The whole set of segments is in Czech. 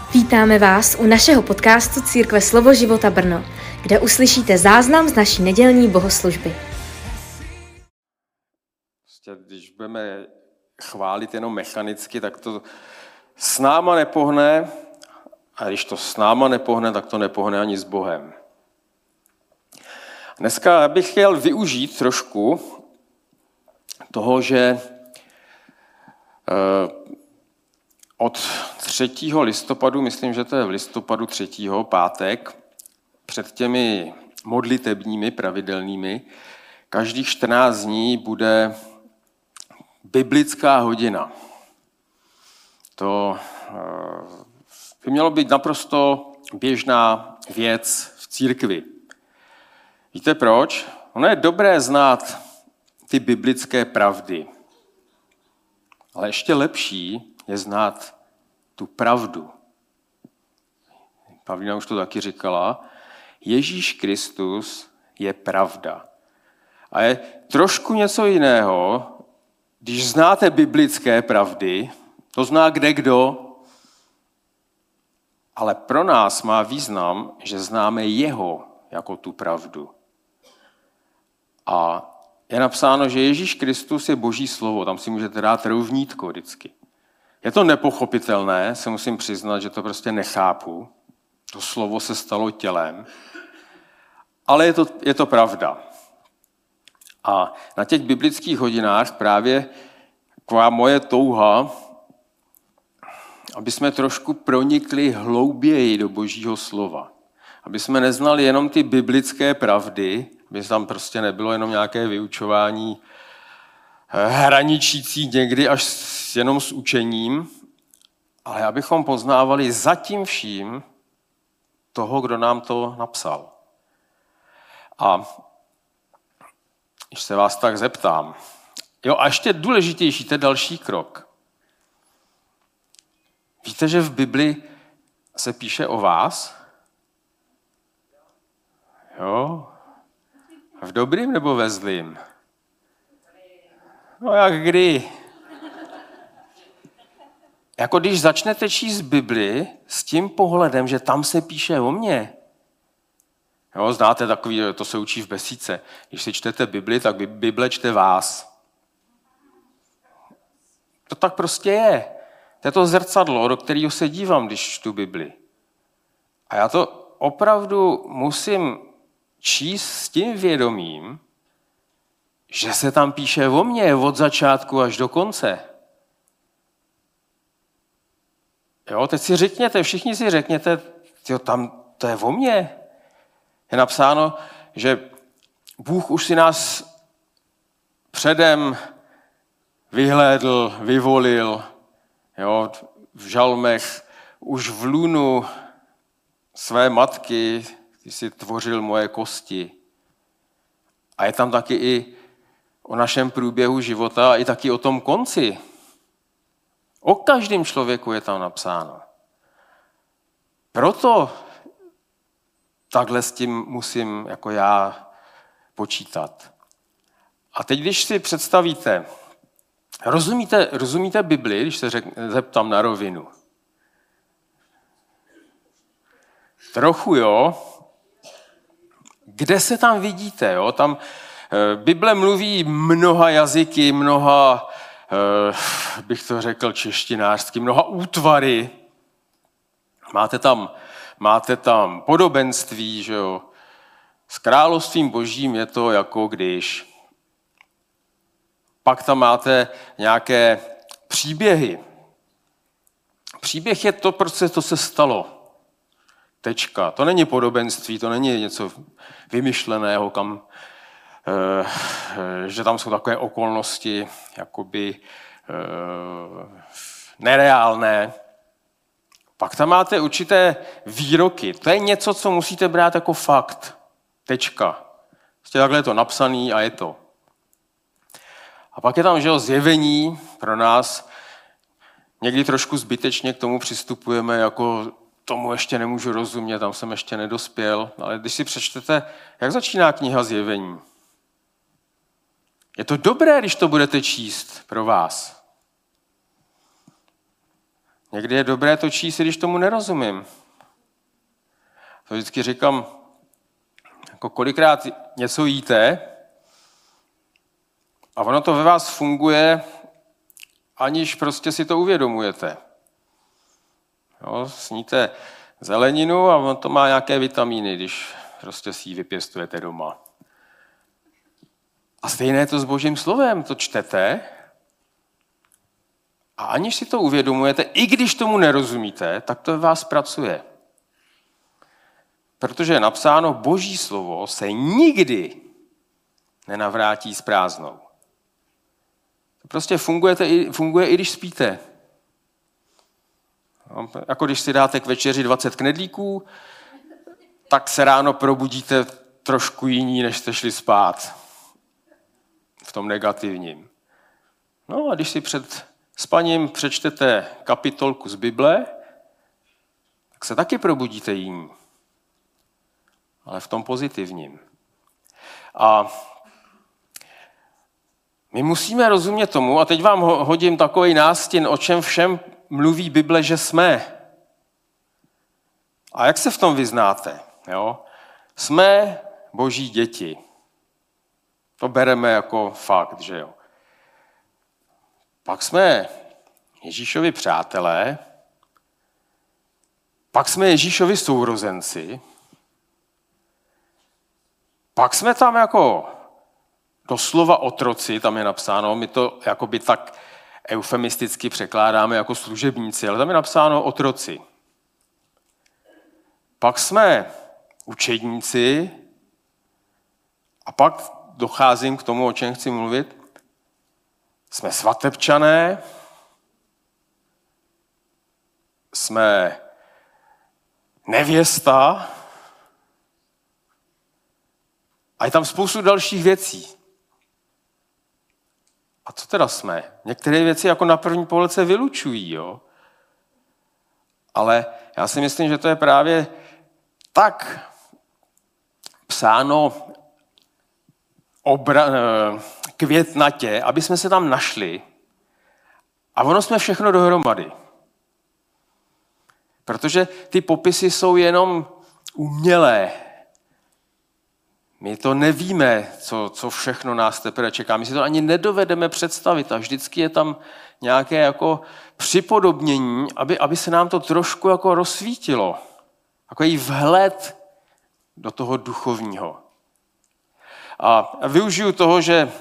Vítáme vás u našeho podcastu Církve Slovo života Brno, kde uslyšíte záznam z naší nedělní bohoslužby. Když budeme chválit jenom mechanicky, tak to s náma nepohne, a když to s náma nepohne, tak to nepohne ani s Bohem. Dneska bych chtěl využít trošku toho, že od 3. listopadu, myslím, že to je v listopadu 3. pátek, před těmi modlitebními pravidelnými, každých 14 dní bude biblická hodina. To by mělo být naprosto běžná věc v církvi. Víte proč? Ono je dobré znát ty biblické pravdy, ale ještě lepší je znát tu pravdu. Pavlína už to taky říkala. Ježíš Kristus je pravda. A je trošku něco jiného, když znáte biblické pravdy, to zná kdekdo, ale pro nás má význam, že známe jeho jako tu pravdu. A je napsáno, že Ježíš Kristus je Boží slovo, tam si můžete dát rovnítko vždycky. Je to nepochopitelné, se musím přiznat, že to prostě nechápu. To slovo se stalo tělem, ale je to pravda. A na těch biblických hodinách právě taková moje touha, aby jsme trošku pronikli hlouběji do Božího slova. Aby jsme neznali jenom ty biblické pravdy, aby tam prostě nebylo jenom nějaké vyučování hraničící někdy až jenom s učením, ale abychom poznávali za tím vším toho, kdo nám to napsal. A když se vás tak zeptám, a ještě důležitější, to je další krok. Víte, že v Bibli se píše o vás? Jo? V dobrým nebo ve zlým? No jak kdy? Jako když začnete číst Bibli s tím pohledem, že tam se píše o mně. Jo, znáte takový, to se učí v besídce. Když si čtete Bibli, tak Bible čte vás. To tak prostě je. To je to zrcadlo, do kterého se dívám, když čtu Bibli. A já to opravdu musím číst s tím vědomím, že se tam píše o mně od začátku až do konce. Jo, teď si řekněte, všichni si řekněte, tam to je o mně. Je napsáno, že Bůh už si nás předem vyhlédl, vyvolil, jo, v žalmech, už v lůnu své matky ty si tvořil moje kosti. A je tam taky i o našem průběhu života, i taky o tom konci. O každém člověku je tam napsáno. Proto takhle s tím musím jako já počítat. A teď, když si představíte, rozumíte Bibli, když se zeptám na rovinu? Trochu jo. Kde se tam vidíte? Jo? Tam Bible mluví mnoha jazyky, mnoha, bych to řekl češtinářsky, mnoha útvary. Máte tam podobenství, že jo. S královstvím božím je to jako když. Pak tam máte nějaké příběhy. Příběh je to, prostě to se stalo. Tečka. To není podobenství, to není něco vymyšleného, že tam jsou takové okolnosti jakoby nereálné. Pak tam máte určité výroky. To je něco, co musíte brát jako fakt. Tečka. Prostě takhle je to napsaný a je to. A pak je tam, že zjevení pro nás. Někdy trošku zbytečně k tomu přistupujeme, jako tomu ještě nemůžu rozumět, tam jsem ještě nedospěl. Ale když si přečtete, jak začíná kniha Zjevení. Je to dobré, když to budete číst pro vás. Někdy je dobré to číst, když tomu nerozumím. To vždycky říkám, jako kolikrát něco jíte a ono to ve vás funguje, aniž prostě si to uvědomujete. Jo, sníte zeleninu a on to má nějaké vitamíny, když prostě si ji vypěstujete doma. A stejné je to s Božím slovem, to čtete a aniž si to uvědomujete, i když tomu nerozumíte, tak to ve vás pracuje. Protože je napsáno, Boží slovo se nikdy nenavrátí s prázdnou. To prostě funguje i když spíte. Jako když si dáte k večeři 20 knedlíků, tak se ráno probudíte trošku jiní, než jste šli spát. V tom negativním. No a když si před spaním přečtete kapitolku z Bible, tak se taky probudíte jiní. Ale v tom pozitivním. A my musíme rozumět tomu, a teď vám hodím takový nástin, o čem všem mluví Bible, že jsme. A jak se v tom vyznáte? Jo? Jsme Boží děti. To bereme jako fakt, že jo. Pak jsme Ježíšovi přátelé, pak jsme Ježíšovi sourozenci, pak jsme tam jako doslova otroci, tam je napsáno, my to jakoby tak eufemisticky překládáme jako služebníci, ale tam je napsáno otroci. Pak jsme učedníci a pak docházím k tomu, o čem chci mluvit. Jsme svatebčané, jsme nevěsta a je tam spoustu dalších věcí. A co teda jsme? Některé věci jako na první pohled se vylučují, jo? Ale já si myslím, že to je právě tak psáno květnatě, aby jsme se tam našli a ono jsme všechno dohromady. Protože ty popisy jsou jenom umělé. My to nevíme, co všechno nás teprve čeká. My si to ani nedovedeme představit a vždycky je tam nějaké jako připodobnění, aby se nám to trošku jako rozsvítilo. Takový vhled do toho duchovního. A využiju toho, že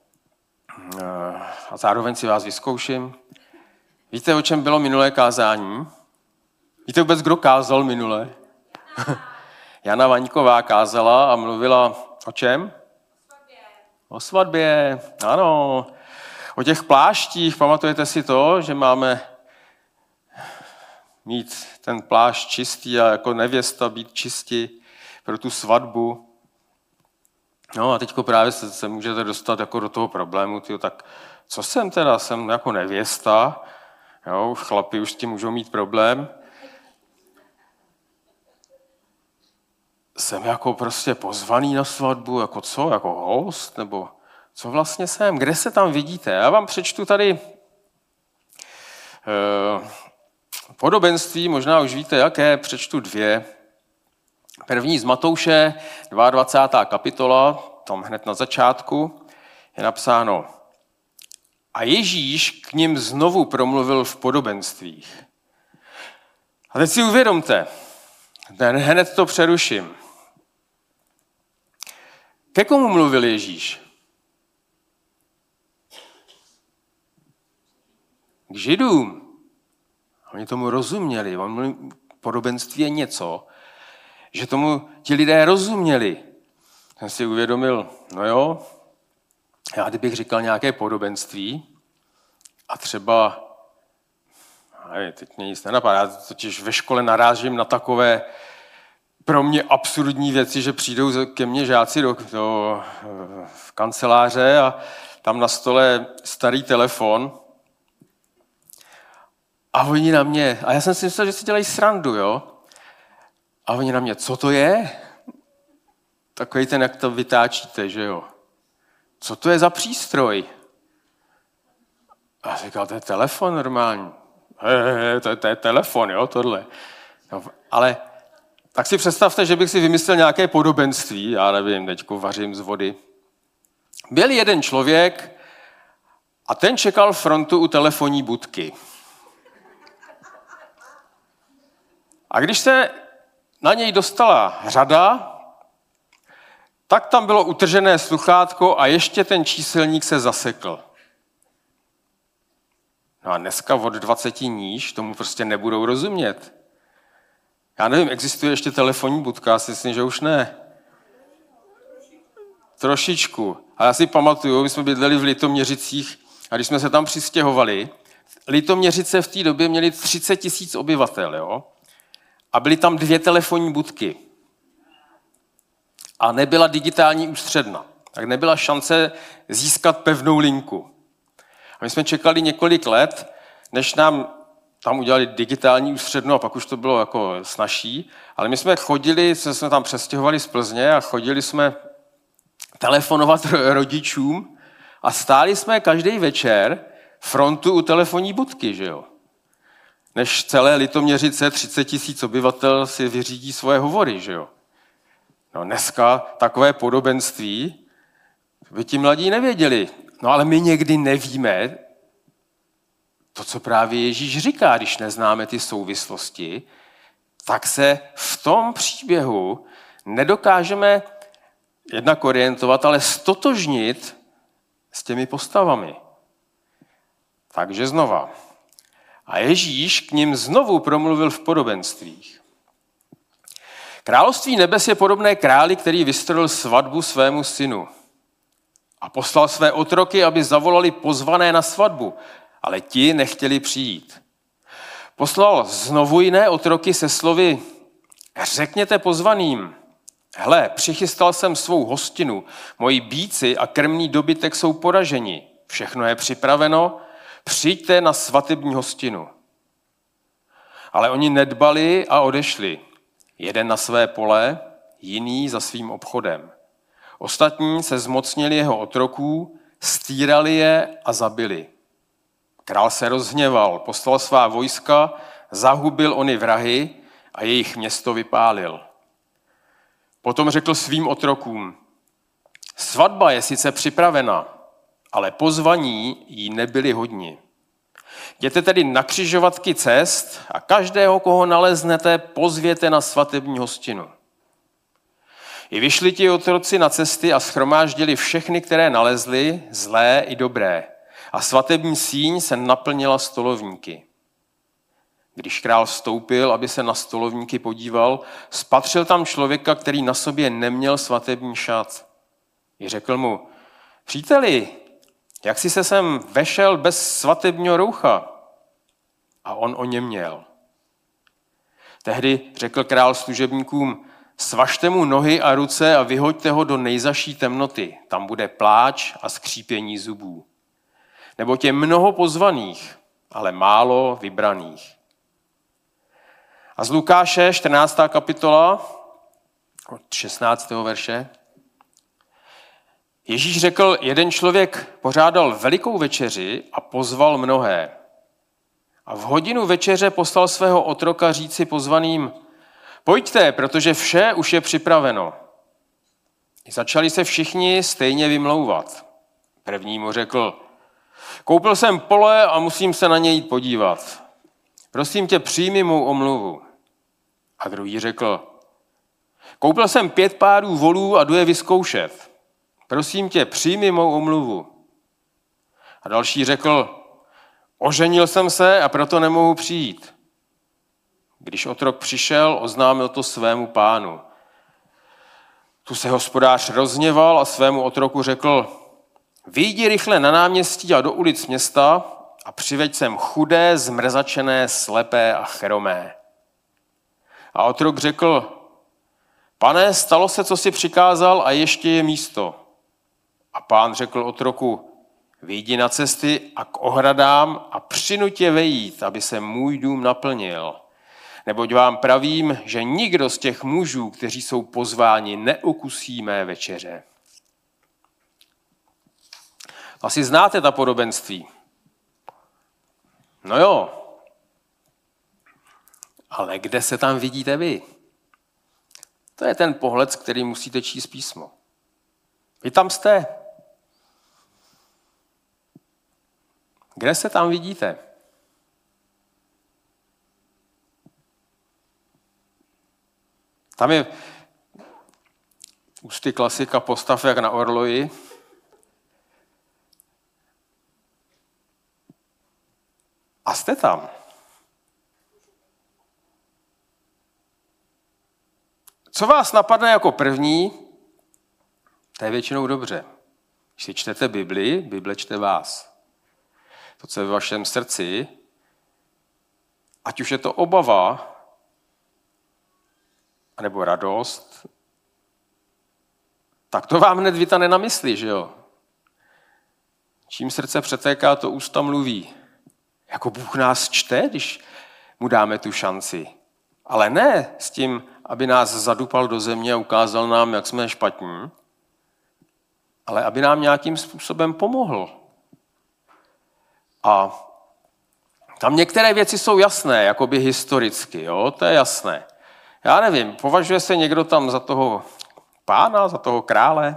a zároveň si vás vyzkouším. Víte, o čem bylo minulé kázání? Víte vůbec, kdo kázal minule? Jana Vaňková kázala a mluvila o čem? O svatbě, ano. O těch pláštích, pamatujete si to, že máme mít ten plášť čistý a jako nevěsta být čistí pro tu svatbu. No a teďko právě se můžete dostat jako do toho problému, tyjo, tak co jsem teda? Jsem jako nevěsta, jo, už chlapi už s tím můžou mít problém. Jsem jako prostě pozvaný na svatbu, jako co, jako host, nebo co vlastně jsem, kde se tam vidíte? Já vám přečtu tady podobenství, možná už víte jaké, přečtu 2. První z Matouše, 22. kapitola, tam hned na začátku, je napsáno: A Ježíš k nim znovu promluvil v podobenstvích. A teď si uvědomte, hned to přeruším. Ke komu mluvil Ježíš? K Židům. Oni tomu rozuměli. Podobenství je něco, že tomu ti lidé rozuměli. Jsem si uvědomil, no jo, já kdybych říkal nějaké podobenství a třeba, nevím, teď mě nic nenapadá, já totiž ve škole narážím na takové pro mě absurdní věci, že přijdou ke mně žáci do kanceláře a tam na stole starý telefon a oni na mě, a já jsem si myslel, že si dělají srandu, jo? A oni na mě, co to je? Takový ten, jak to vytáčíte, že jo? Co to je za přístroj? A říkal, to je telefon normální. To je telefon, jo, tohle. No, ale tak si představte, že bych si vymyslel nějaké podobenství, já nevím, teďko vařím z vody. Byl jeden člověk a ten čekal frontu u telefonní budky. A když se na něj dostala řada, tak tam bylo utržené sluchátko a ještě ten číselník se zasekl. No a dneska od 20 níž tomu prostě nebudou rozumět. Já nevím, existuje ještě telefonní budka, já si myslím, že už ne. Trošičku. A já si pamatuju, my jsme bydleli v Litoměřicích a když jsme se tam přistěhovali, Litoměřice v té době měly 30 000 obyvatel, jo? A byly tam 2 telefonní budky. A nebyla digitální ústředna. Tak nebyla šance získat pevnou linku. A my jsme čekali několik let, než nám tam udělali digitální ústřednu a pak už to bylo jako snazší. Ale my jsme chodili, jsme tam přestěhovali z Plzně a chodili jsme telefonovat rodičům a stáli jsme každý večer frontu u telefonní budky, že jo? Než celé Litoměřice 30 000 obyvatel si vyřídí svoje hovory, že jo? No dneska takové podobenství by ti mladí nevěděli. No ale my někdy nevíme to, co právě Ježíš říká, když neznáme ty souvislosti, tak se v tom příběhu nedokážeme jednak orientovat, ale stotožnit s těmi postavami. Takže znova. A Ježíš k nim znovu promluvil v podobenstvích. Království nebes je podobné králi, který vystrojil svatbu svému synu. A poslal své otroky, aby zavolali pozvané na svatbu, ale ti nechtěli přijít. Poslal znovu jiné otroky se slovy: řekněte pozvaným, hle, přichystal jsem svou hostinu, moji býci a krmný dobytek jsou poraženi, všechno je připraveno, přijďte na svatební hostinu. Ale oni nedbali a odešli. Jeden na své pole, jiný za svým obchodem. Ostatní se zmocnili jeho otroků, stírali je a zabili. Král se rozhněval, poslal svá vojska, zahubil ony vrahy a jejich město vypálil. Potom řekl svým otrokům: svatba je sice připravena, ale pozvaní jí nebyli hodni. Jděte tedy na křižovatky cest a každého, koho naleznete, pozvěte na svatební hostinu. I vyšli ti otroci na cesty a shromáždili všechny, které nalezli, zlé i dobré. A svatební síň se naplnila stolovníky. Když král vstoupil, aby se na stolovníky podíval, spatřil tam člověka, který na sobě neměl svatební šat. I řekl mu: příteli, jak jsi se sem vešel bez svatebního roucha? A on o něm měl. Tehdy řekl král služebníkům: svažte mu nohy a ruce a vyhoďte ho do nejzaší temnoty. Tam bude pláč a skřípění zubů. Neboť je mnoho pozvaných, ale málo vybraných. A z Lukáše, 14. kapitola, od 16. verše. Ježíš řekl: jeden člověk pořádal velikou večeři a pozval mnohé. A v hodinu večeře poslal svého otroka říci pozvaným: pojďte, protože vše už je připraveno. Začali se všichni stejně vymlouvat. První mu řekl: koupil jsem pole a musím se na něj jít podívat. Prosím tě, přijmi mou omluvu. A druhý řekl: koupil jsem 5 párů volů a jdu je vyzkoušet. Prosím tě, přijmi mou omluvu. A další řekl: oženil jsem se a proto nemohu přijít. Když otrok přišel, oznámil to svému pánu. Tu se hospodář rozhněval a svému otroku řekl: vyjdi rychle na náměstí a do ulic města a přiveď sem chudé, zmrzačené, slepé a chromé. A otrok řekl: pane, stalo se, co jsi přikázal, a ještě je místo. A pán řekl otroku: vyjdi na cesty a k ohradám a přinuť je vejít, aby se můj dům naplnil. Neboť vám pravím, že nikdo z těch mužů, kteří jsou pozváni, neukusí mé večeře. Asi znáte ta podobenství. No jo, Ale kde se tam vidíte vy? To je ten pohled, s kterým musíte číst písmo. Vy tam jste. Kde se tam vidíte? Tam je ústy klasika postav jak na orloji. A jste tam. Co vás napadne jako první, to je většinou dobře. Když si čtete Bibli, Bible čte vás. To, co je v vašem srdci, ať už je to obava, anebo radost, tak to vám hned vytane na mysli, že jo? Čím srdce přetéká, to ústa mluví. Jako Bůh nás čte, když mu dáme tu šanci. Ale ne s tím, aby nás zadupal do země a ukázal nám, jak jsme špatní, ale aby nám nějakým způsobem pomohl. A tam některé věci jsou jasné, jakoby historicky, jo? To je jasné. Já nevím, považuje se někdo tam za toho pána, za toho krále?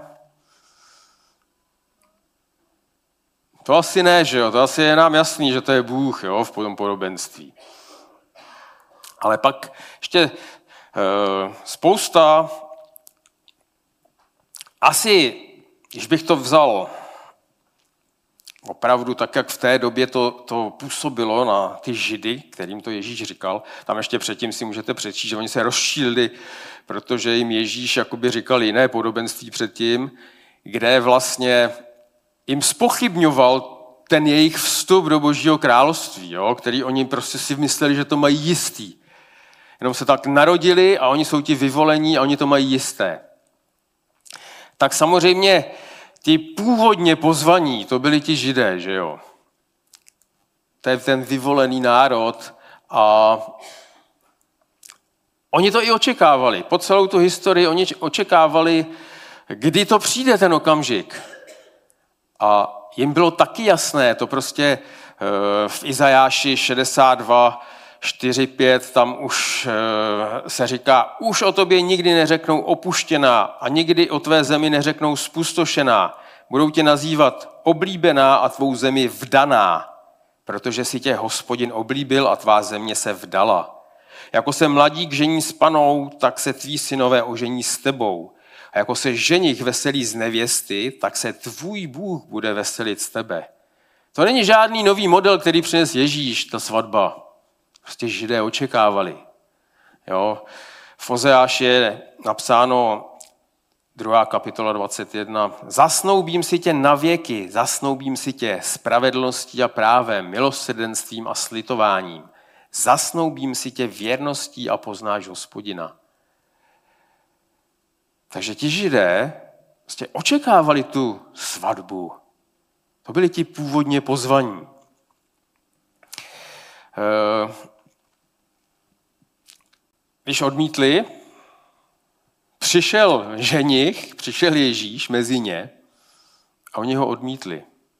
To asi ne, že jo? To asi je nám jasný, že to je Bůh, jo? V tom podobenství. Ale pak ještě spousta, asi, když bych to vzal opravdu tak, jak v té době to působilo na ty Židy, kterým to Ježíš říkal, tam ještě předtím si můžete přečíst, že oni se rozčílili, protože jim Ježíš jakoby říkal jiné podobenství předtím, kde vlastně jim zpochybňoval ten jejich vstup do Božího království, jo, který oni prostě si mysleli, že to mají jistý. Jenom se tak narodili a oni jsou ti vyvolení a oni to mají jisté. Tak samozřejmě ti původně pozvaní, to byli ti Židé, že jo. To je ten vyvolený národ a oni to i očekávali. Po celou tu historii oni očekávali, kdy to přijde ten okamžik. A jim bylo taky jasné, to prostě v Izajáši 62, 4-5, tam už se říká, už o tobě nikdy neřeknou opuštěná a nikdy o tvé zemi neřeknou spustošená. Budou tě nazývat oblíbená a tvou zemi vdaná, protože si tě Hospodin oblíbil a tvá země se vdala. Jako se mladík žení s panou, tak se tví synové ožení s tebou. A jako se ženich veselí z nevěsty, tak se tvůj Bůh bude veselit z tebe. To není žádný nový model, který přines Ježíš, ta svatba. Prostě Židé očekávali. Jo? V Ozeáši je napsáno 2. kapitola 21. Zasnoubím si tě na věky, zasnoubím si tě spravedlností a právem, milosrdenstvím a slitováním. Zasnoubím si tě věrností a poznáš Hospodina. Takže ti Židé prostě očekávali tu svatbu. To byli ti původně pozvaní. Když odmítli, přišel ženich, přišel Ježíš mezi ně a oni ho odmítli.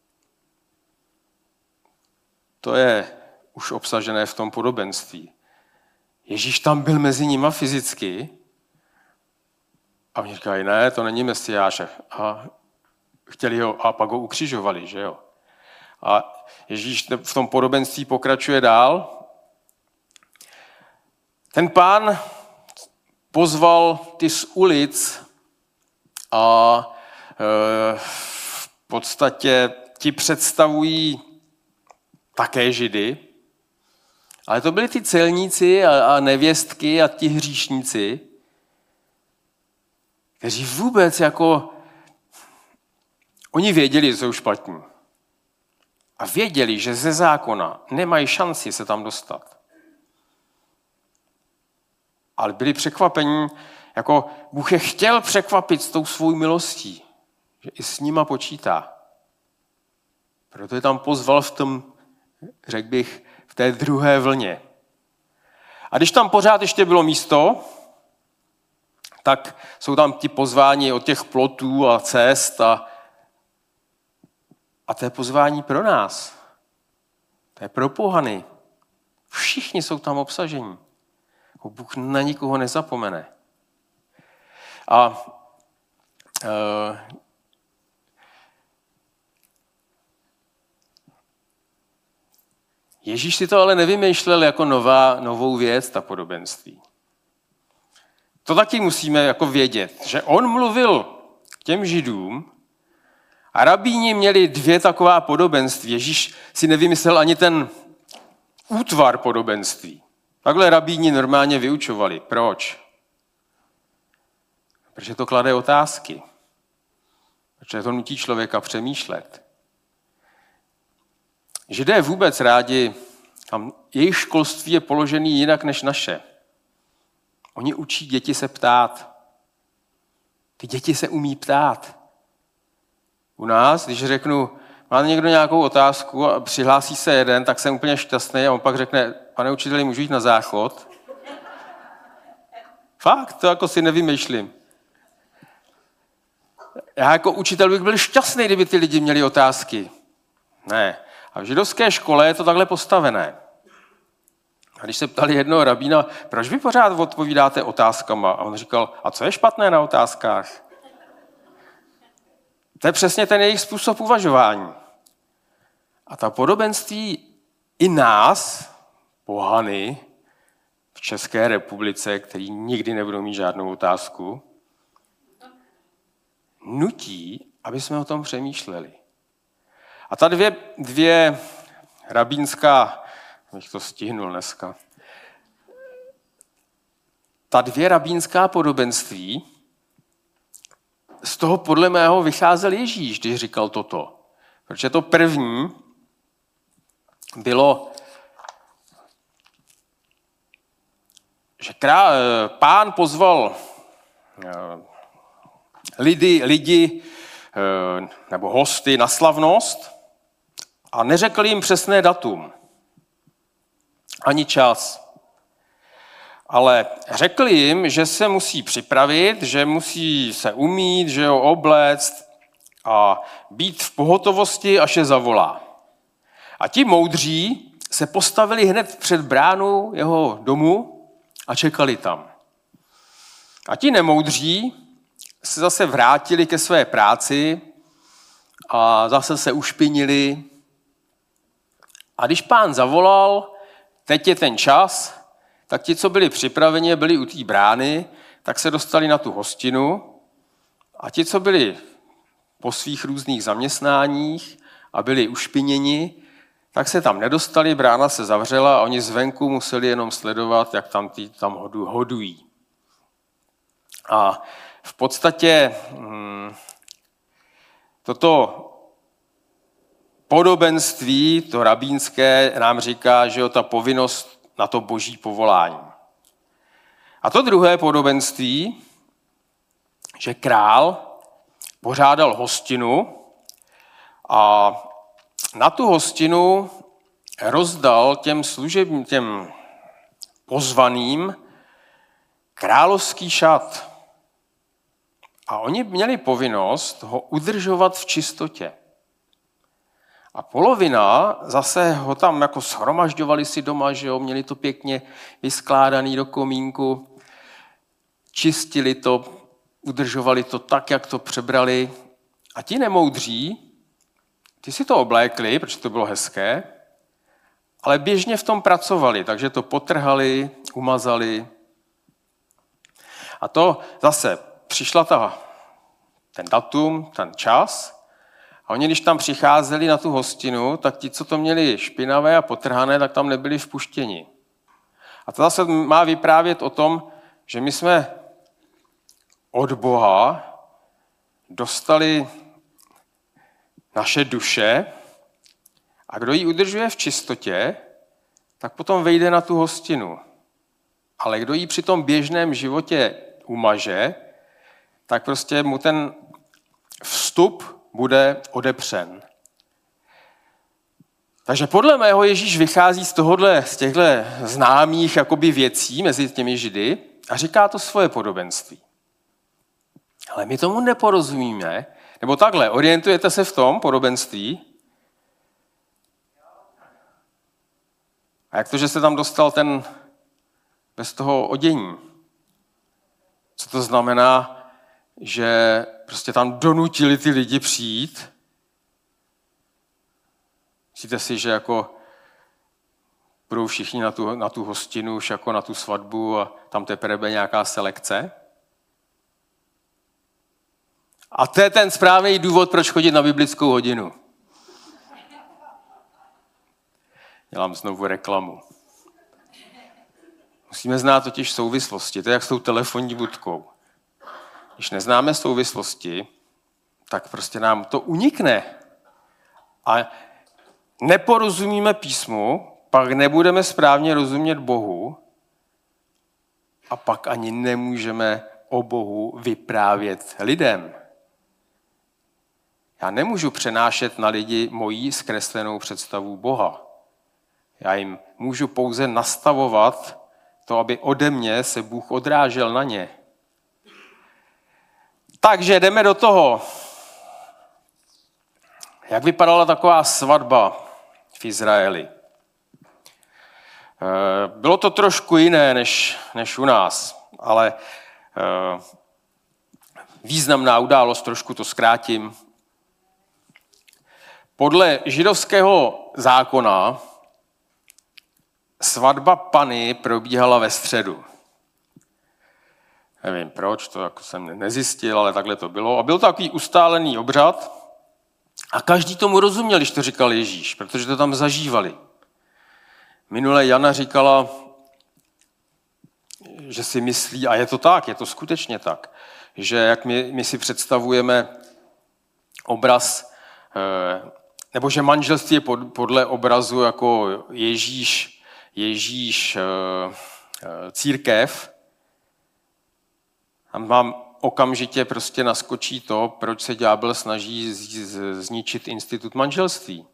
To je už obsažené v tom podobenství. Ježíš tam byl mezi nimi fyzicky a oni říkají, ne, to není Mesiáš. A chtěli ho a pak ho ukřižovali, že jo. A Ježíš v tom podobenství pokračuje dál. Ten pán pozval ty z ulic a v podstatě ti představují také Židy, ale to byli ty celníci a nevěstky a ti hříšníci, kteří vůbec jako, oni věděli, že jsou špatní. A věděli, že ze zákona nemají šanci se tam dostat. Ale byli překvapení, jako Bůh je chtěl překvapit s tou svou milostí, že i s nima počítá. Proto je tam pozval v tom, řekl bych, v té druhé vlně. A když tam pořád ještě bylo místo, tak jsou tam ti pozváni od těch plotů a cest a to je pozvání pro nás. To je pro pohany. Všichni jsou tam obsažení. Bůh na nikoho nezapomene. A Ježíš si to ale nevymýšlel jako novou věc, ta podobenství. To taky musíme jako vědět, že on mluvil k těm Židům a rabíni měli 2 taková podobenství. Ježíš si nevymyslel ani ten útvar podobenství. Takhle rabíni normálně vyučovali. Proč? Protože to klade otázky. Protože to nutí člověka přemýšlet. Židé vůbec rádi, jejich školství je položený jinak než naše. Oni učí děti se ptát. Ty děti se umí ptát. U nás, když řeknu, má někdo nějakou otázku a přihlásí se jeden, tak jsem úplně šťastný a on pak řekne, pane učiteli, můžu jít na záchod? Fakt, to jako si nevymýšlím. Já jako učitel bych byl šťastný, kdyby ty lidi měli otázky. Ne. A v židovské škole je to takhle postavené. A když se ptali jednoho rabína, proč vy pořád odpovídáte otázkama? A on říkal, a co je špatné na otázkách? To je přesně ten jejich způsob uvažování. A ta podobenství i nás, pohany, v České republice, který nikdy nebudou mít žádnou otázku, nutí, aby jsme o tom přemýšleli. A ta dvě rabínská, bych to stihnul dneska, ta 2 rabínská podobenství, z toho podle mého vycházel Ježíš, když říkal toto. Protože to první bylo, že Pán pozval lidi nebo hosty na slavnost a neřekl jim přesné datum, ani čas. Ale řekl jim, že se musí připravit, že musí se umýt, že ho obléct a být v pohotovosti, až je zavolá. A ti moudří se postavili hned před bránu jeho domu a čekali tam. A ti nemoudří se zase vrátili ke své práci a zase se ušpinili. A když Pán zavolal, teď je ten čas, tak ti, co byli připraveni, byli u té brány, tak se dostali na tu hostinu a ti, co byli po svých různých zaměstnáních a byli ušpiněni, tak se tam nedostali, brána se zavřela a oni zvenku museli jenom sledovat, jak tam hodují. A v podstatě toto podobenství, to rabínské, nám říká, že je ta povinnost na to boží povolání. A to druhé podobenství, že král pořádal hostinu a na tu hostinu rozdal těm pozvaným královský šat. A oni měli povinnost ho udržovat v čistotě. A polovina zase ho tam jako shromažďovali si doma, že jo, měli to pěkně vyskládaný do komínku, čistili to, udržovali to tak, jak to přebrali. A ti nemoudří, ty si to oblékli, protože to bylo hezké, ale běžně v tom pracovali, takže to potrhali, umazali. A to zase přišla ten datum, ten čas, a oni, když tam přicházeli na tu hostinu, tak ti, co to měli špinavé a potrhané, tak tam nebyli vpuštěni. A to zase má vyprávět o tom, že my jsme od Boha dostali naše duše a kdo ji udržuje v čistotě, tak potom vejde na tu hostinu. Ale kdo ji při tom běžném životě umaže, tak prostě mu ten vstup bude odepřen. Takže podle mého Ježíš vychází z těchto známých jakoby věcí mezi těmi Židy a říká to svoje podobenství. Ale my tomu neporozumíme, nebo takhle, orientujete se v tom podobenství? A jak to, že se tam dostal ten bez toho odění. Co to znamená, že prostě tam donutili ty lidi přijít? Myslíte si, že jako budou všichni na tu hostinu, už jako na tu svatbu a tam teprve bude nějaká selekce? A to je ten správný důvod, proč chodit na biblickou hodinu. Dělám znovu reklamu. Musíme znát totiž souvislosti. To je jak s tou telefonní budkou. Když neznáme souvislosti, tak prostě nám to unikne. A neporozumíme písmu, pak nebudeme správně rozumět Bohu a pak ani nemůžeme o Bohu vyprávět lidem. Já nemůžu přenášet na lidi moji zkreslenou představu Boha. Já jim můžu pouze nastavovat to, aby ode mě se Bůh odrážel na ně. Takže jdeme do toho. Jak vypadala taková svatba v Izraeli? Bylo to trošku jiné než u nás, ale významná událost, trošku to zkrátím. Podle židovského zákona svatba Panny probíhala ve středu. Nevím proč, to jako jsem nezjistil, ale takhle to bylo. A byl to takový ustálený obřad a každý tomu rozuměl, když to říkal Ježíš, protože to tam zažívali. Minule Jana říkala, že si myslí, a je to tak, je to skutečně tak, že jak my si představujeme obraz, nebo že manželství je podle obrazu jako Ježíš církev, a vám okamžitě prostě naskočí to, proč se ďábel snaží zničit institut manželství.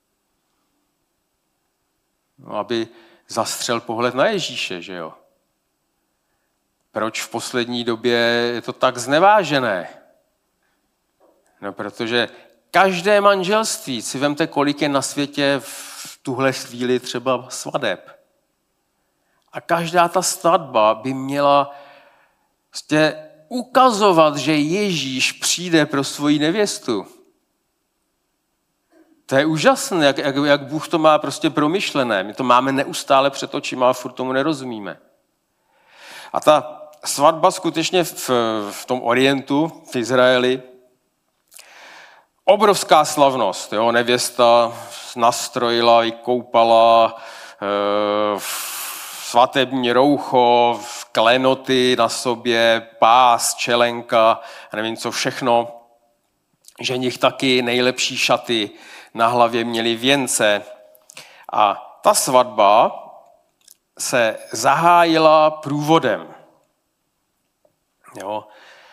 No, aby zastřel pohled na Ježíše, že jo? Proč v poslední době je to tak znevážené? No, protože každé manželství, si vemte, kolik je na světě v tuhle chvíli třeba svateb. A každá ta svatba by měla prostě ukazovat, že Ježíš přijde pro svoji nevěstu. To je úžasné, jak Bůh to má prostě promyšlené. My to máme neustále před očima a furt tomu nerozumíme. A ta svatba skutečně v tom Orientu, v Izraeli, obrovská slavnost. Jo? Nevěsta nastrojila, vykoupala, svatební roucho, klenoty na sobě, pás, čelenka, a nevím co všechno. Ženich taky, nejlepší šaty, na hlavě měli věnce. A ta svatba se zahájila průvodem. Jo.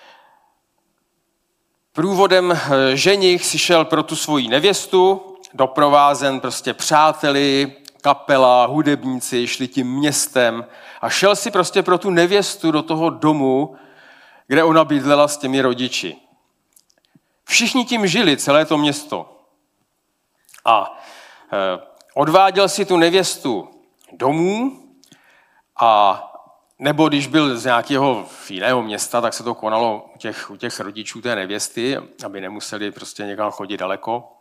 Průvodem ženich si šel pro tu svoji nevěstu, doprovázen prostě přáteli, kapela, hudebníci, šli tím městem a šel si prostě pro tu nevěstu do toho domu, kde ona bydlela s těmi rodiči. Všichni tím žili, celé to město. A odváděl si tu nevěstu domů a nebo když byl z nějakého jiného města, tak se to konalo u těch rodičů té nevěsty, aby nemuseli prostě někam chodit daleko.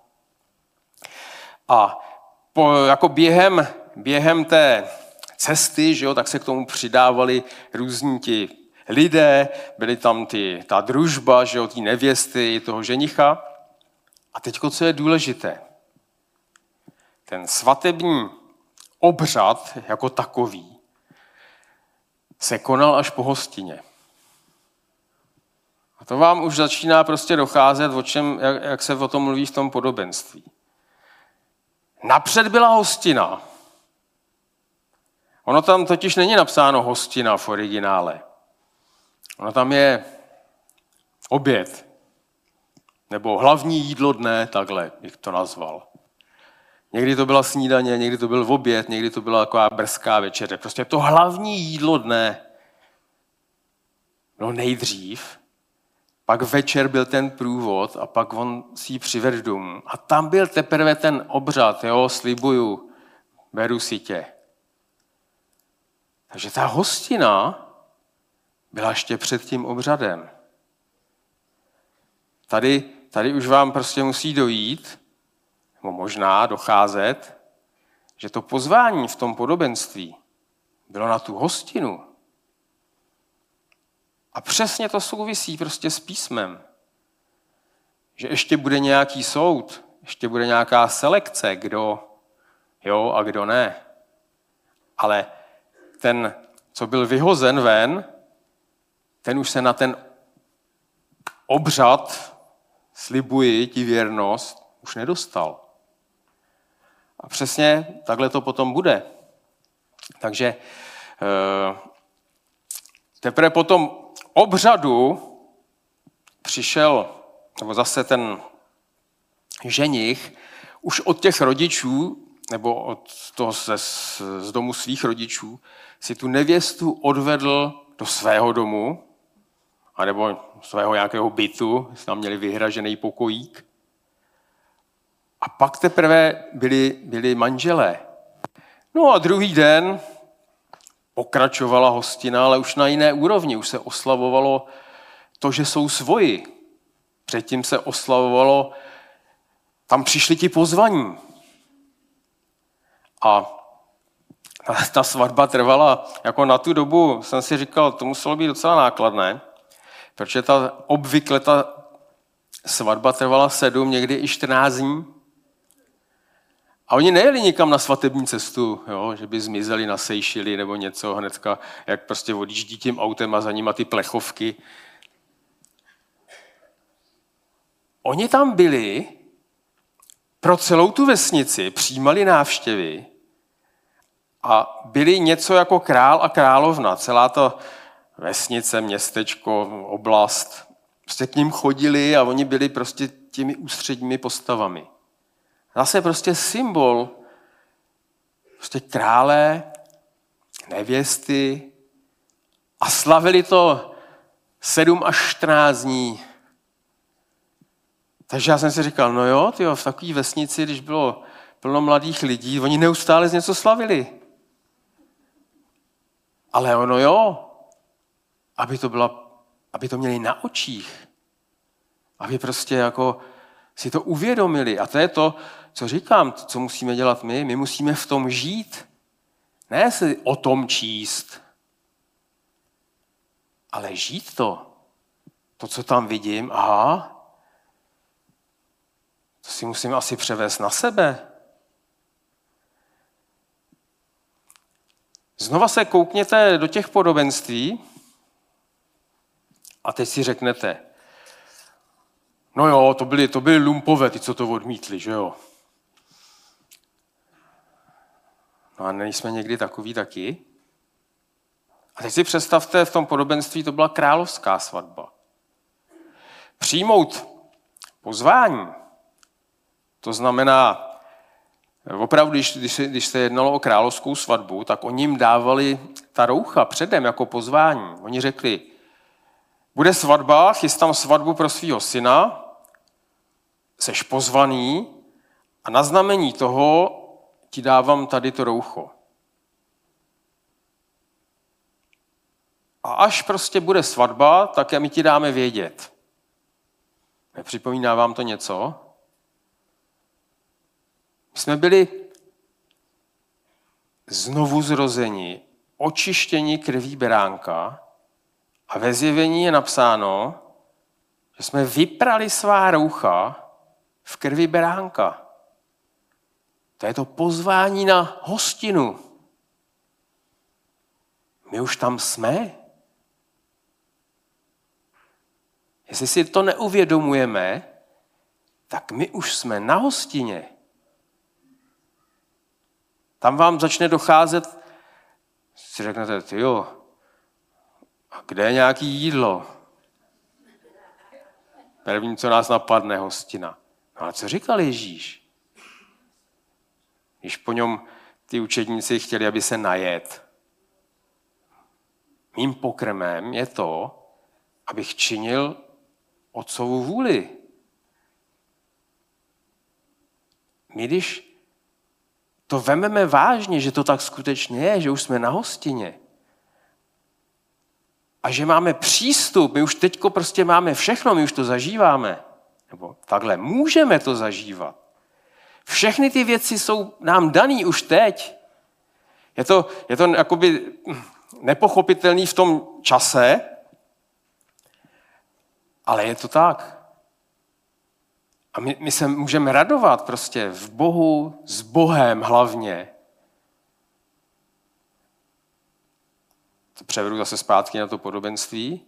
A jako během té cesty, že jo, tak se k tomu přidávali různí ti lidé, byly tam ta družba, že jo, ty nevěsty, toho ženicha. A teďko, co je důležité, ten svatební obřad jako takový se konal až po hostině. A to vám už začíná prostě docházet, jak se o tom mluví v tom podobenství. Napřed byla hostina. Ono tam totiž není napsáno hostina v originále. Ono tam je oběd. Nebo hlavní jídlo dne, takhle bych to nazval. Někdy to byla snídaně, někdy to byl oběd, někdy to byla taková brzká večeře. Prostě to hlavní jídlo dne bylo nejdřív, pak večer byl ten průvod a pak on si ji přivedl domů. A tam byl teprve ten obřad, jo, slibuju, beru si tě. Takže ta hostina byla ještě před tím obřadem. Tady už vám prostě musí dojít, nebo možná docházet, že to pozvání v tom podobenství bylo na tu hostinu. A přesně to souvisí prostě s písmem. Že ještě bude nějaký soud, ještě bude nějaká selekce, kdo jo a kdo ne. Ale ten, co byl vyhozen ven, ten už se na ten obřad, slibuji ti věrnost, už nedostal. A přesně takhle to potom bude. Takže teprve po tom obřadu přišel, nebo zase ten ženich, už od těch rodičů, nebo od toho z domu svých rodičů, si tu nevěstu odvedl do svého domu, anebo svého nějakého bytu, si tam měli vyhražený pokojík. A pak teprve byli manželé. No a druhý den pokračovala hostina, ale už na jiné úrovni. Už se oslavovalo to, že jsou svoji. Předtím se oslavovalo, tam přišli ti pozvaní. A ta svatba trvala, jako na tu dobu jsem si říkal, to muselo být docela nákladné, protože obvykle ta svatba trvala 7, někdy i 14 dní. A oni nejeli nikam na svatební cestu, jo, že by zmizeli na Seychely nebo něco hnedka, jak prostě odjíždí tím autem a za nima ty plechovky. Oni tam byli pro celou tu vesnici, přijímali návštěvy a byli něco jako král a královna. Celá ta vesnice, městečko, oblast, prostě k ním chodili a oni byli prostě těmi ústředními postavami. Zase prostě symbol prostě krále, nevěsty a slavili to 7 až 14 dní. Takže já jsem si říkal, no jo, tyjo, v takové vesnici, když bylo plno mladých lidí, oni neustále něco slavili. Ale ono jo, aby to měli na očích, aby prostě jako si to uvědomili. A to je to, co říkám, co musíme dělat my. My musíme v tom žít. Ne si o tom číst, ale žít to. To, co tam vidím, aha, to si musím asi převést na sebe. Znova se koukněte do těch podobenství a teď si řeknete, no jo, to byly lumpové, ty, co to odmítli, že jo? No a nejsme někdy takový taky? A teď si představte, v tom podobenství to byla královská svatba. Přijmout pozvání, to znamená, opravdu, když se jednalo o královskou svatbu, tak oni jim dávali ta roucha předem jako pozvání. Oni řekli, bude svatba, chystám svatbu pro svého syna, seš pozvaný a na znamení toho ti dávám tady to roucho. A až prostě bude svatba, tak my ti dáme vědět. Nepřipomíná vám to něco? My jsme byli znovu zrozeni, očištěni krví beránka a ve Zjevení je napsáno, že jsme vyprali svá roucha v krvi beránka. To je to pozvání na hostinu. My už tam jsme. Jestli si to neuvědomujeme, tak my už jsme na hostině. Tam vám začne docházet, si řeknete, tyjo, a kde je nějaký jídlo? První, co nás napadne, hostina. No a co říkal Ježíš? Když po něm ty učedníci chtěli, aby se najet. Mým pokrmem je to, abych činil Otcovu vůli. My když to vememe vážně, že to tak skutečně je, že už jsme na hostině, a že máme přístup, my už teďko prostě máme všechno, my už to zažíváme. Nebo takhle, můžeme to zažívat. Všechny ty věci jsou nám daný už teď. Je to jakoby nepochopitelný v tom čase, ale je to tak. A my se můžeme radovat prostě v Bohu, s Bohem hlavně. To převedu zase zpátky na to podobenství.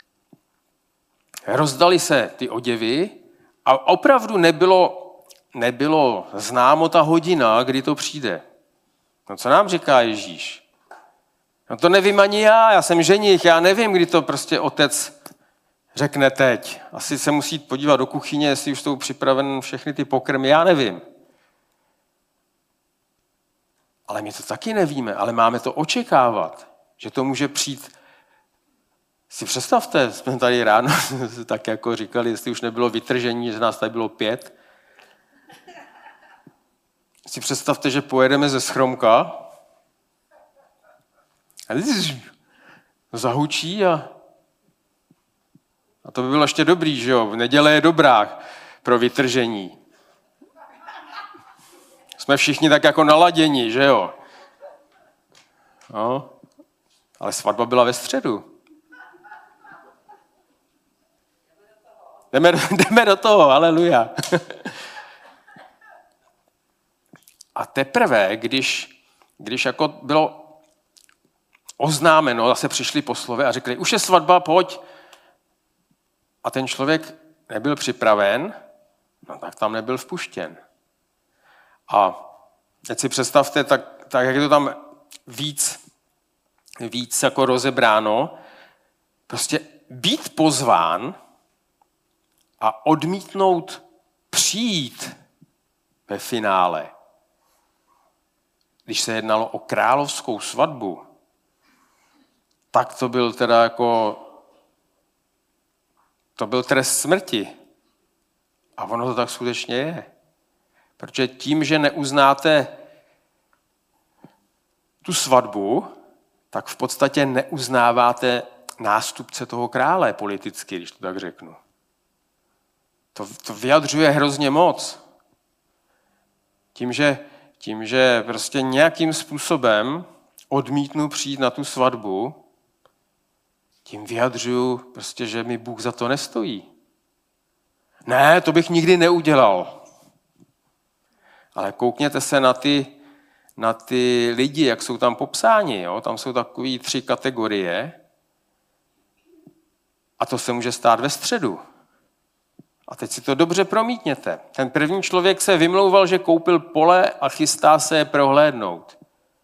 Rozdali se ty oděvy a opravdu nebylo známo ta hodina, kdy to přijde. No co nám říká Ježíš? No to nevím ani já jsem ženich, já nevím, kdy to prostě otec řekne teď. Asi se musí podívat do kuchyně, jestli už jsou připraven všechny ty pokrmy, já nevím. Ale my to taky nevíme, ale máme to očekávat, že to může přijít. Si představte, jsme tady ráno tak jako říkali, jestli už nebylo vytržení, že nás tady bylo 5. Si představte, že pojedeme ze Schromka a zahučí a to by bylo ještě dobrý, že jo? Neděle je dobrá pro vytržení. Jsme všichni tak jako naladěni, že jo? No, ale svatba byla ve středu. Jdeme do toho, haleluja. A teprve, když jako bylo oznámeno, zase přišli poslové a řekli, už je svatba, pojď. A ten člověk nebyl připraven, no tak tam nebyl vpuštěn. A teď si představte, tak jak je to tam víc jako rozebráno, prostě být pozván a odmítnout přijít ve finále. Když se jednalo o královskou svatbu, tak to byl teda jako, to byl trest smrti. A ono to tak skutečně je. Protože tím, že neuznáte tu svatbu, tak v podstatě neuznáváte nástupce toho krále politicky, když to tak řeknu. To vyjadřuje hrozně moc. Tím, že prostě nějakým způsobem odmítnu přijít na tu svatbu, tím vyjadřuju prostě, že mi Bůh za to nestojí. Ne, to bych nikdy neudělal. Ale koukněte se na ty lidi, jak jsou tam popsáni. Jo? Tam jsou takový 3 kategorie. A to se může stát ve středu. A teď si to dobře promítněte. Ten první člověk se vymlouval, že koupil pole a chystá se je prohlédnout.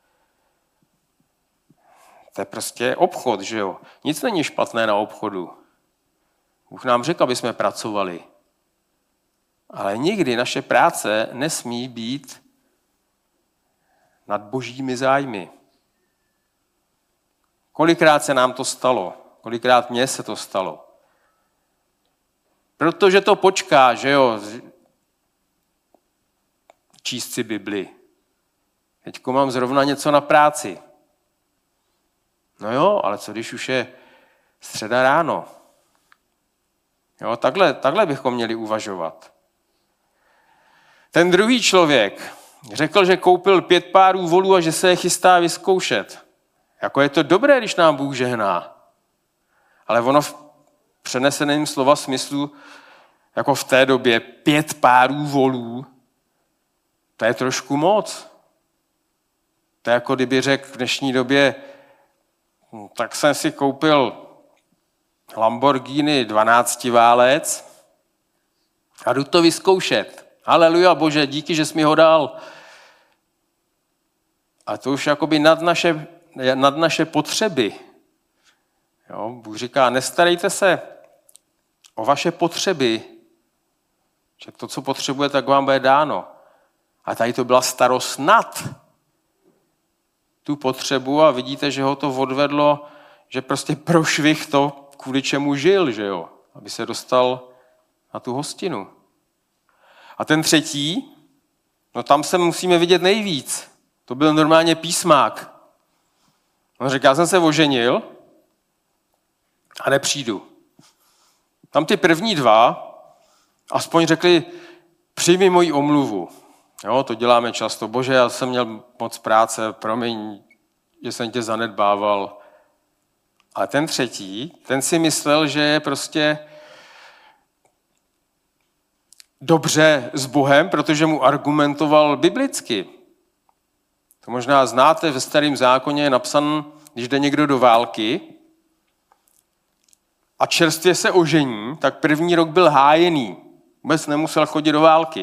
To je prostě obchod, že jo? Nic není špatné na obchodu. Bůh nám řekl, aby jsme pracovali. Ale nikdy naše práce nesmí být nad božími zájmy. Kolikrát se nám to stalo? Kolikrát mně se to stalo? Protože to počká, že jo, číst si Bibli. Teďko mám zrovna něco na práci. No jo, ale co když už je středa ráno? Jo, takhle bychom měli uvažovat. Ten druhý člověk řekl, že koupil 5 párů volů a že se je chystá vyzkoušet. Jako je to dobré, když nám Bůh žehná. Ale ono v přeneseném slova smyslu, jako v té době 5 párů volů, to je trošku moc. To je jako kdyby řekl v dnešní době, tak jsem si koupil Lamborghini 12 válec a jdu to vyzkoušet. Haleluja, Bože, díky, že jsi mi ho dal. A to už jakoby nad naše potřeby. Jo, Bůh říká, nestarejte se o vaše potřeby, že to, co potřebujete, tak vám bude dáno. A tady to byla starost nad tu potřebu a vidíte, že ho to odvedlo, že prostě prošvih to, kvůli čemu žil, že jo, aby se dostal na tu hostinu. A ten třetí, no tam se musíme vidět nejvíc. To byl normálně písmák. On říká, já jsem se oženil a nepřijdu. Tam ty první dva aspoň řekli, přijmi moji omluvu. Jo, to děláme často. Bože, já jsem měl moc práce, promiň, že jsem tě zanedbával. Ale ten třetí, ten si myslel, že je prostě dobře s Bohem, protože mu argumentoval biblicky. To možná znáte, ve Starém zákoně je napsané, když jde někdo do války a čerstvě se ožení, tak první rok byl hájený. Vůbec nemusel chodit do války.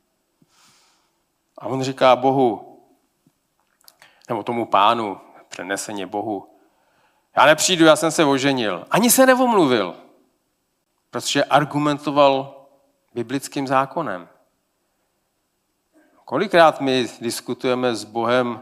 A on říká Bohu, nebo tomu pánu, přeneseně Bohu, já nepřijdu, já jsem se oženil. Ani se neomluvil, protože argumentoval biblickým zákonem. Kolikrát my diskutujeme s Bohem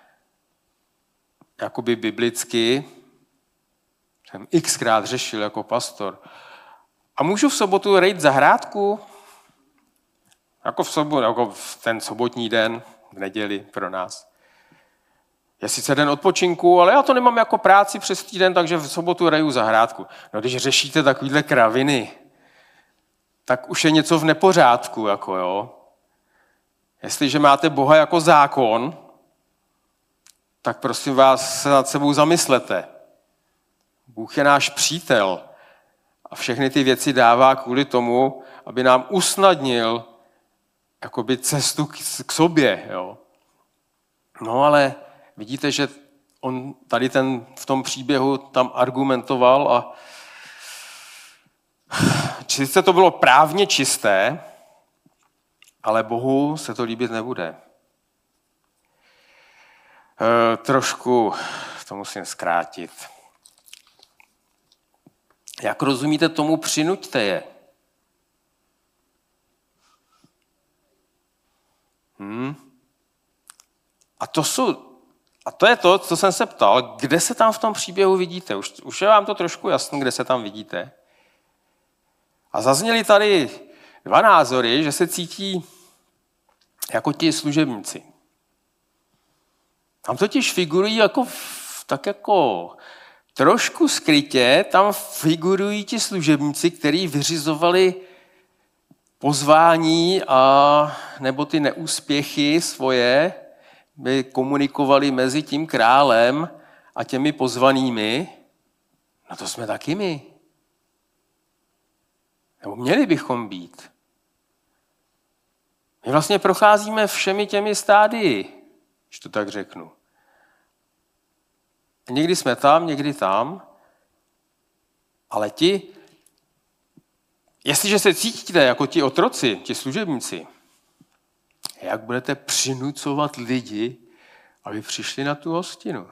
jakoby biblicky, jsem xkrát řešil jako pastor, a můžu v sobotu rejt zahrádku? Jako v ten sobotní den, v neděli pro nás. Je sice den odpočinku, ale já to nemám jako práci přes týden, takže v sobotu reju zahrádku. No když řešíte takovýhle kraviny, tak už je něco v nepořádku, jako jo. Jestliže máte Boha jako zákon, tak prosím vás se nad sebou zamyslete. Bůh je náš přítel a všechny ty věci dává kvůli tomu, aby nám usnadnil jakoby cestu k sobě. Jo. No ale vidíte, že on tady v tom příběhu tam argumentoval a sice to bylo právně čisté, ale Bohu se to líbit nebude. Trošku to musím zkrátit. Jak rozumíte tomu, přinuďte je? A to je to, co jsem se ptal, kde se tam v tom příběhu vidíte? Už je vám to trošku jasné, kde se tam vidíte. A zazněly tady dva názory, že se cítí jako ti služebníci. Tam totiž figurují tak jako trošku skrytě, tam figurují ti služebníci, kteří vyřizovali pozvání a nebo ty neúspěchy svoje, by komunikovali mezi tím králem a těmi pozvanými. No to jsme taky my. Nebo měli bychom být. My vlastně procházíme všemi těmi stádii, když to tak řeknu. Někdy jsme tam, někdy tam, ale jestliže se cítíte jako ti otroci, ti služebníci, jak budete přinucovat lidi, aby přišli na tu hostinu?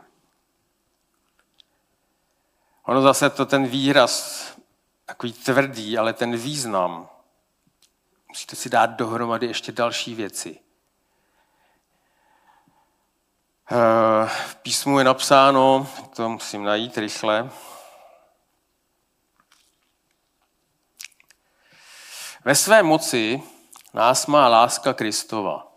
Ono zase ten výraz, takový tvrdý, ale ten význam, musíte si dát dohromady ještě další věci. V písmu je napsáno, to musím najít rychle, ve své moci nás má láska Kristova.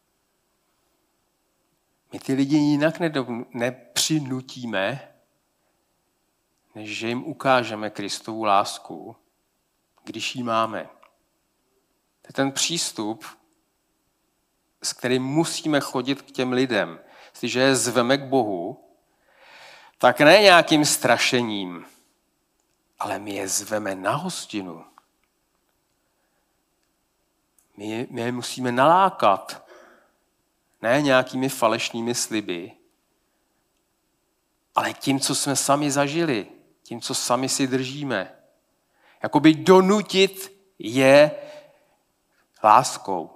My ty lidi jinak nepřinutíme, než že jim ukážeme Kristovu lásku, když ji máme. To je ten přístup, s kterým musíme chodit k těm lidem. Jestliže je zveme k Bohu, tak ne nějakým strašením, ale my je zveme na hostinu. My je musíme nalákat, ne nějakými falešnými sliby, ale tím, co jsme sami zažili, tím, co sami si držíme. Jakoby donutit je láskou.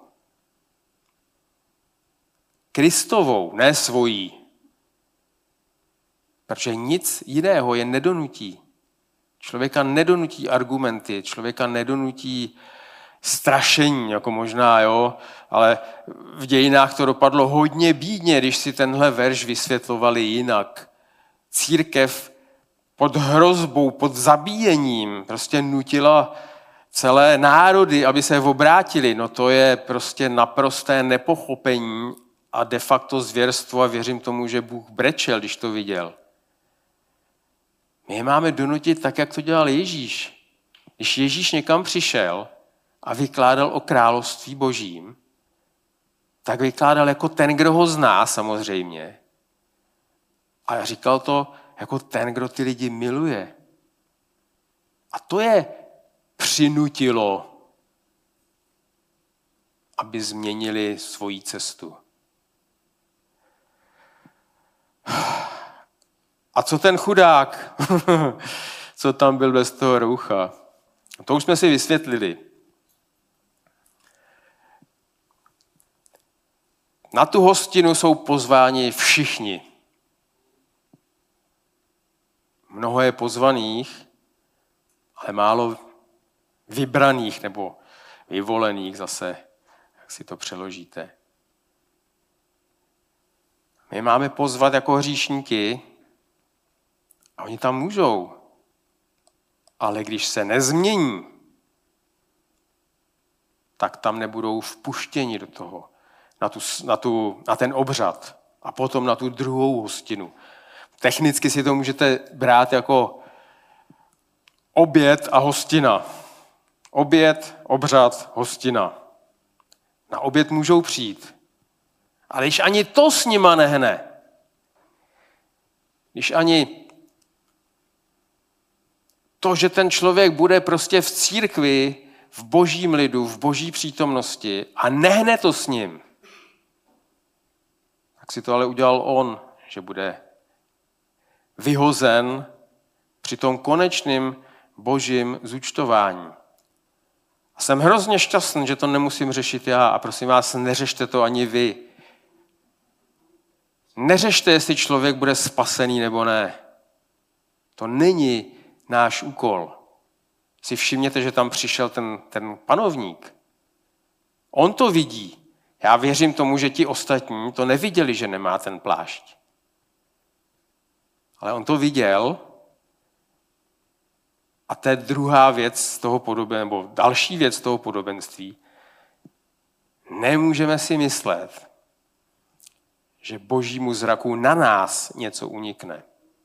Kristovou, ne svojí. Protože nic jiného je nedonutí. Člověka nedonutí argumenty, člověka nedonutí strašení, jako možná, jo, ale v dějinách to dopadlo hodně bídně, když si tenhle verš vysvětlovali jinak. Církev pod hrozbou, pod zabíjením prostě nutila celé národy, aby se obrátili. No to je prostě naprosté nepochopení a de facto zvěrstvo a věřím tomu, že Bůh brečel, když to viděl. My je máme donutit tak, jak to dělal Ježíš. Když Ježíš někam přišel a vykládal o království božím, tak vykládal jako ten, kdo ho zná samozřejmě. A říkal to jako ten, kdo ty lidi miluje. A to je přinutilo, aby změnili svoji cestu. A co ten chudák, co tam byl bez toho roucha? To už jsme si vysvětlili. Na tu hostinu jsou pozváni všichni. Mnoho je pozvaných, ale málo vybraných nebo vyvolených zase, jak si to přeložíte. My máme pozvat jako hříšníky a oni tam můžou. Ale když se nezmění, tak tam nebudou vpuštěni do toho, na ten obřad a potom na tu druhou hostinu. Technicky si to můžete brát jako oběd a hostina. Oběd, obřad, hostina. Na oběd můžou přijít. Ale když ani to s nima nehne, když ani to, že ten člověk bude prostě v církvi, v božím lidu, v boží přítomnosti a nehne to s ním, tak si to ale udělal on, že bude vyhozen při tom konečném božím zúčtování. A jsem hrozně šťastný, že to nemusím řešit já a prosím vás, neřešte to ani vy. Neřešte, jestli člověk bude spasený nebo ne. To není náš úkol. Si všimněte, že tam přišel ten panovník. On to vidí. Já věřím tomu, že ti ostatní to neviděli, že nemá ten plášť. Ale on to viděl a to je druhá věc z toho podobenství, nebo další věc z toho podobenství. Nemůžeme si myslet, že božímu zraku na nás něco unikne.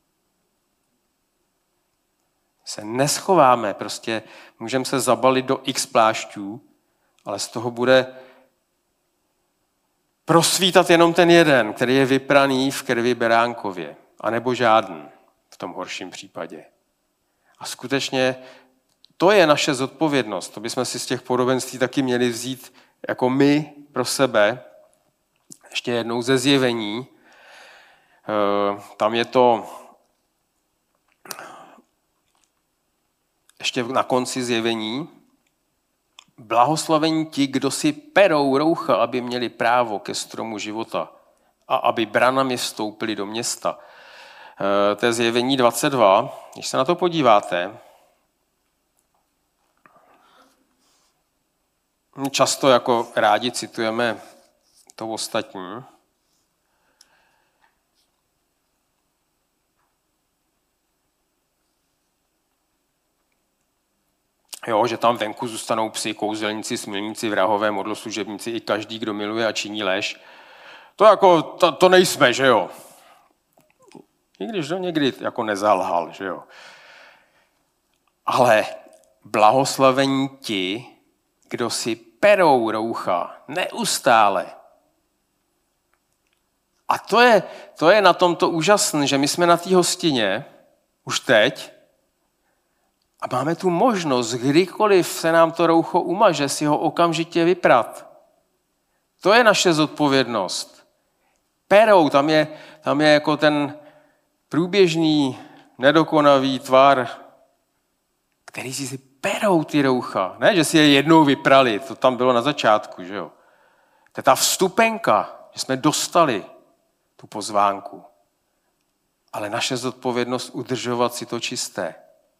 Se neschováme, prostě můžeme se zabalit do x plášťů, ale z toho bude prosvítat jenom ten jeden, který je vypraný v krvi beránkově, anebo žádný v tom horším případě. A skutečně to je naše zodpovědnost. To bychom si z těch podobenství taky měli vzít jako my pro sebe. Ještě jednou ze Zjevení. Tam je to ještě na konci Zjevení. Blahoslavení ti, kdo si perou roucha, aby měli právo ke stromu života a aby branami vstoupili do města. To je Zjevení 22. Když se na to podíváte, často jako rádi citujeme to ostatní. Jo, že tam venku zůstanou psi, kouzelníci, smilníci, vrahové, modloslužebníci i každý, kdo miluje a činí lež. To jako, to nejsme, že jo? I když to někdy jako nezalhal, že jo? Ale blahoslavení ti, kdo si perou roucha neustále. A to je na tomto úžasné, že my jsme na té hostině už teď a máme tu možnost, kdykoliv se nám to roucho umaže, si ho okamžitě vyprat. To je naše zodpovědnost. Perou, tam je jako ten průběžný, nedokonavý tvar, který si perou ty roucha. Ne, že si je jednou vyprali, to tam bylo na začátku, že jo. To je ta vstupenka, že jsme dostali tu pozvánku. Ale naše zodpovědnost udržovat si to čisté.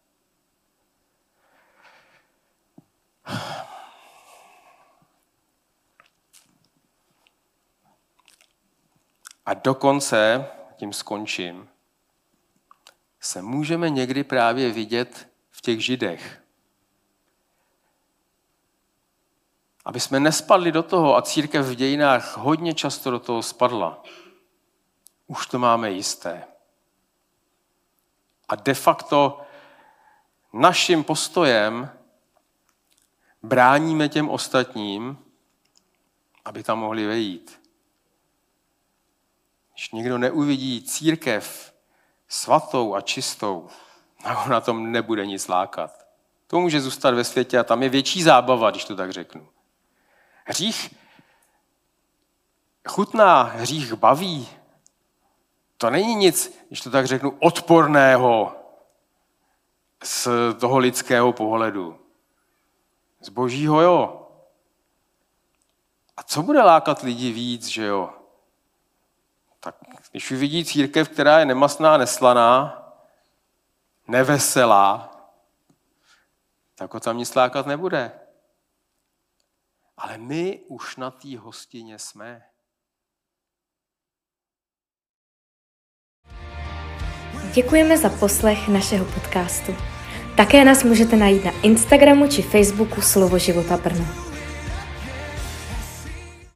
A dokonce, tím skončím, se můžeme někdy právě vidět v těch Židech. Aby jsme nespadli do toho, a církev v dějinách hodně často do toho spadla. Už to máme jisté. A de facto naším postojem bráníme těm ostatním, aby tam mohli vejít. Když někdo neuvidí církev svatou a čistou, tak na tom nebude nic lákat. To může zůstat ve světě a tam je větší zábava, když to tak řeknu. Hřích chutná, hřích baví. To není nic, když to tak řeknu, odporného z toho lidského pohledu. Z božího jo. A co bude lákat lidi víc, že jo? Tak když uvidí církev, která je nemastná, neslaná, neveselá, tak ho tam nic lákat nebude. Ale my už na té hostině jsme. Děkujeme za poslech našeho podcastu. Také nás můžete najít na Instagramu či Facebooku Slovo života Brno.